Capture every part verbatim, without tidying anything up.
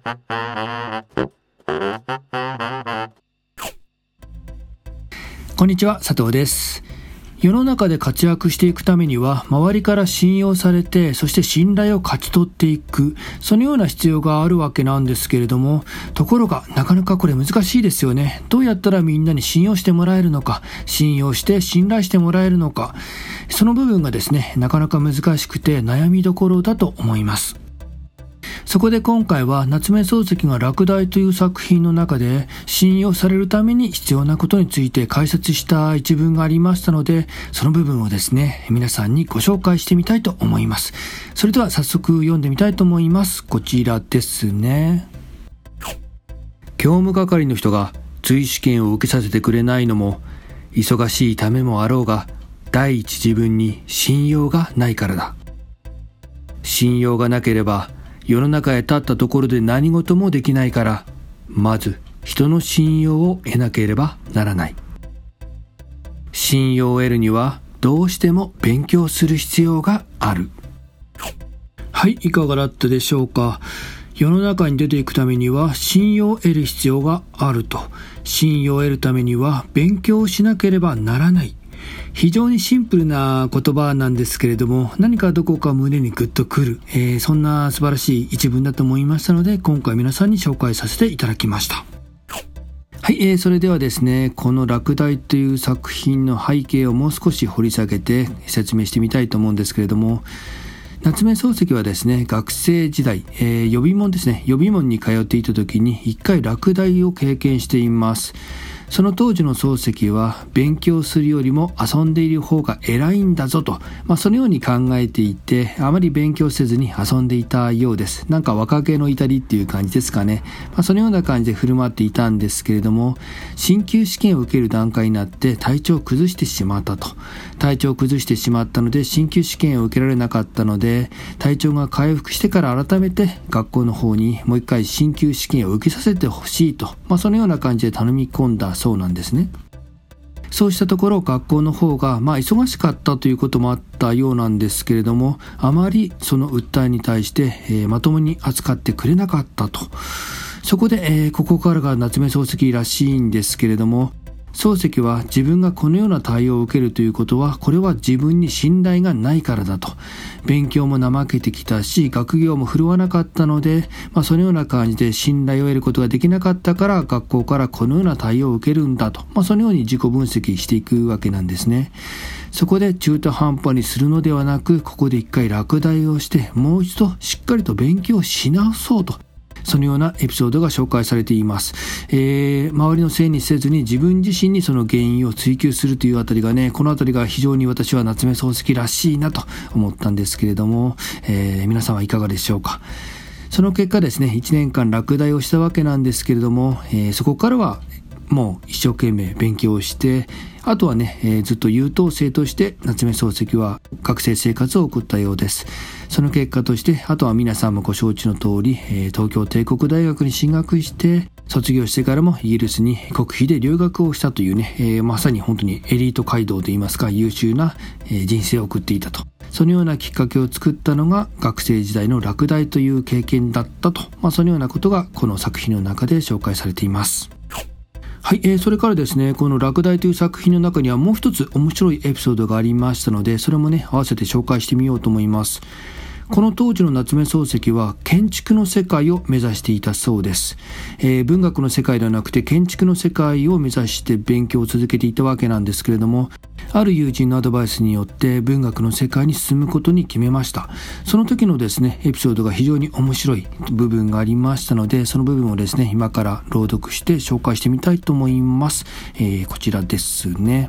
こんにちは、佐藤です。世の中で活躍していくためには、周りから信用されて、そして信頼を勝ち取っていく、そのような必要があるわけなんですけれども、ところがなかなかこれ難しいですよね。どうやったらみんなに信用してもらえるのか、信用して信頼してもらえるのか、その部分がですね、なかなか難しくて悩みどころだと思います。そこで今回は夏目漱石が落第という作品の中で信用されるために必要なことについて解説した一文がありましたので、その部分をですね、皆さんにご紹介してみたいと思います。それでは早速読んでみたいと思います。こちらですね。教務係の人が追試験を受けさせてくれないのも忙しいためもあろうが、第一自分に信用がないからだ。信用がなければ世の中へ立ったところで何事もできないから、まず人の信用を得なければならない。信用を得るにはどうしても勉強する必要がある。はい、いかがだったでしょうか。世の中に出ていくためには信用を得る必要があると。信用を得るためには勉強をしなければならない。非常にシンプルな言葉なんですけれども、何かどこか胸にグッとくる、えー、そんな素晴らしい一文だと思いましたので、今回皆さんに紹介させていただきました。はい、えー、それではですね、この落第という作品の背景をもう少し掘り下げて説明してみたいと思うんですけれども、夏目漱石はですね、学生時代、えー、予備門ですね、予備門に通っていた時に一回落第を経験しています。その当時の漱石は勉強するよりも遊んでいる方が偉いんだぞと、まあ、そのように考えていて、あまり勉強せずに遊んでいたようです。なんか若気の至りっていう感じですかね。まあ、そのような感じで振る舞っていたんですけれども、進級試験を受ける段階になって体調を崩してしまったと。体調を崩してしまったので進級試験を受けられなかったので、体調が回復してから改めて学校の方にもう一回進級試験を受けさせてほしいと、まあ、そのような感じで頼み込んだそうなんですね。そうしたところ学校の方がまあ忙しかったということもあったようなんですけれども、あまりその訴えに対して、えー、まともに扱ってくれなかったと。そこで、えー、ここからが夏目漱石らしいんですけれども、漱石は自分がこのような対応を受けるということは、これは自分に信頼がないからだと。勉強も怠けてきたし、学業も振るわなかったので、まあ、そのような感じで信頼を得ることができなかったから、学校からこのような対応を受けるんだと。まあ、そのように自己分析していくわけなんですね。そこで中途半端にするのではなく、ここで一回落第をして、もう一度しっかりと勉強し直そうと。そのようなエピソードが紹介されています。えー、周りのせいにせずに自分自身にその原因を追求するというあたりがね、このあたりが非常に私は夏目漱石らしいなと思ったんですけれども、えー、皆さんはいかがでしょうか。その結果ですね、いちねんかん落第をしたわけなんですけれども、えー、そこからはもう一生懸命勉強して、あとはね、えー、ずっと優等生として夏目漱石は学生生活を送ったようです。その結果として、あとは皆さんもご承知の通り、えー、東京帝国大学に進学して、卒業してからもイギリスに国費で留学をしたというね、えー、まさに本当にエリート街道といいますか、優秀な、えー、人生を送っていたと。そのようなきっかけを作ったのが学生時代の落第という経験だったと、まあ、そのようなことがこの作品の中で紹介されています。はい、えー、それからですね、この落第という作品の中にはもう一つ面白いエピソードがありましたので、それもね、合わせて紹介してみようと思います。この当時の夏目漱石は建築の世界を目指していたそうです。えー、文学の世界ではなくて建築の世界を目指して勉強を続けていたわけなんですけれども、ある友人のアドバイスによって文学の世界に進むことに決めました。その時のですね、エピソードが非常に面白い部分がありましたので、その部分をですね、今から朗読して紹介してみたいと思います。えー、こちらですね。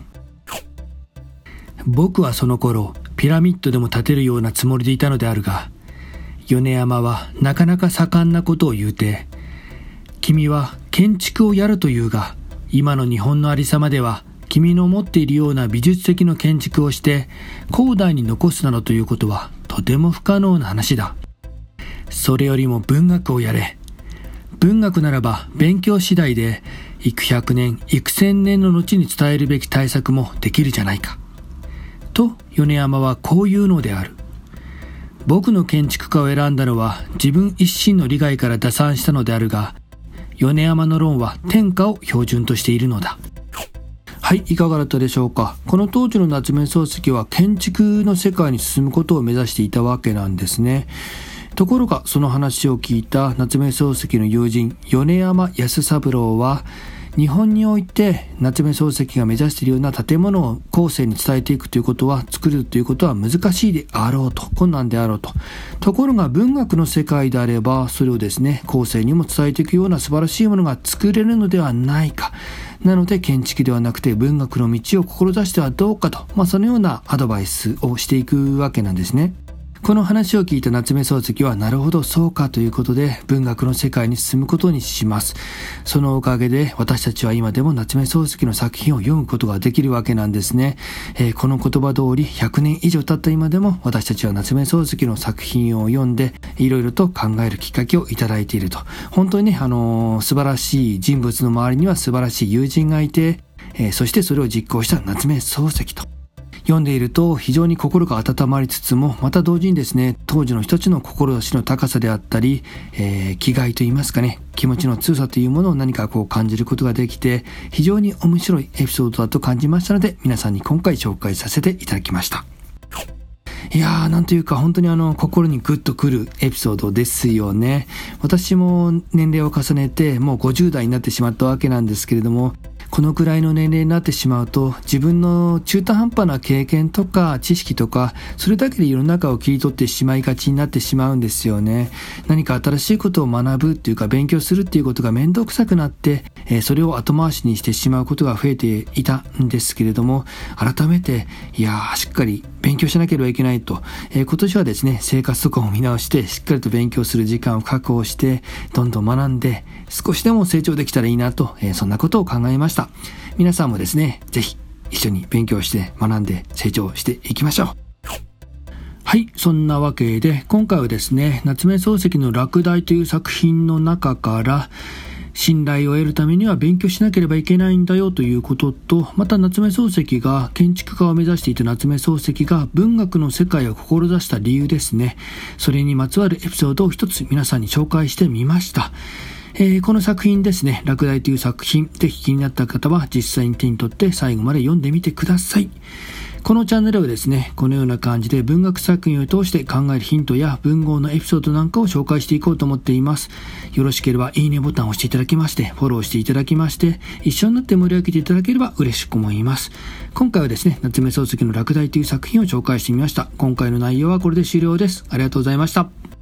僕はその頃ピラミッドでも建てるようなつもりでいたのであるが、米山はなかなか盛んなことを言うて、君は建築をやるというが、今の日本のありさまでは君の持っているような美術的な建築をして後代に残すなどということはとても不可能な話だ。それよりも文学をやれ。文学ならば勉強次第で幾百年幾千年の後に伝えるべき対策もできるじゃないか。と米山はこういうのである。 僕の建築家を選んだのは自分一身の利害から打算したのであるが、米山の論は天下を標準としているのだ。はい、いかがだったでしょうか。この当時の夏目漱石は建築の世界に進むことを目指していたわけなんですね。ところがその話を聞いた夏目漱石の友人米山康三郎は、日本において夏目漱石が目指しているような建物を後世に伝えていくということは、作るということは難しいであろうと、困難であろうと。ところが文学の世界であれば、それをですね、後世にも伝えていくような素晴らしいものが作れるのではないか。なので建築ではなくて文学の道を志してはどうかと、まあそのようなアドバイスをしていくわけなんですね。この話を聞いた夏目漱石は、なるほどそうかということで文学の世界に進むことにします。そのおかげで私たちは今でも夏目漱石の作品を読むことができるわけなんですね。えー、この言葉通りひゃくねん以上経った今でも私たちは夏目漱石の作品を読んでいろいろと考えるきっかけをいただいていると。本当にね、あのー、素晴らしい人物の周りには素晴らしい友人がいて、えー、そしてそれを実行した夏目漱石と。読んでいると非常に心が温まりつつも、また同時にですね、当時の人たちの志の高さであったり、えー、気概といいますかね、気持ちの強さというものを何かこう感じることができて、非常に面白いエピソードだと感じましたので、皆さんに今回紹介させていただきました。いやー、なんというか本当にあの心にグッとくるエピソードですよね。私も年齢を重ねてもうごじゅう代になってしまったわけなんですけれども、このくらいの年齢になってしまうと、自分の中途半端な経験とか知識とか、それだけで世の中を切り取ってしまいがちになってしまうんですよね。何か新しいことを学ぶっていうか勉強するっていうことが面倒くさくなって、えー、それを後回しにしてしまうことが増えていたんですけれども、改めていやーしっかり勉強しなければいけないと、えー、今年はですね、生活とかを見直してしっかりと勉強する時間を確保して、どんどん学んで少しでも成長できたらいいなと、えー、そんなことを考えました。皆さんもですね、ぜひ一緒に勉強して学んで成長していきましょう。はい、そんなわけで今回はですね、夏目漱石の落第という作品の中から信頼を得るためには勉強しなければいけないんだよということと、また夏目漱石が建築家を目指していた夏目漱石が文学の世界を志した理由ですね、それにまつわるエピソードを一つ皆さんに紹介してみました。えー、この作品ですね、落第という作品、ぜひ気になった方は実際に手に取って最後まで読んでみてください。このチャンネルはですね、このような感じで文学作品を通して考えるヒントや文豪のエピソードなんかを紹介していこうと思っています。よろしければいいねボタンを押していただきまして、フォローしていただきまして、一緒になって盛り上げていただければ嬉しく思います。今回はですね、夏目漱石の落第という作品を紹介してみました。今回の内容はこれで終了です。ありがとうございました。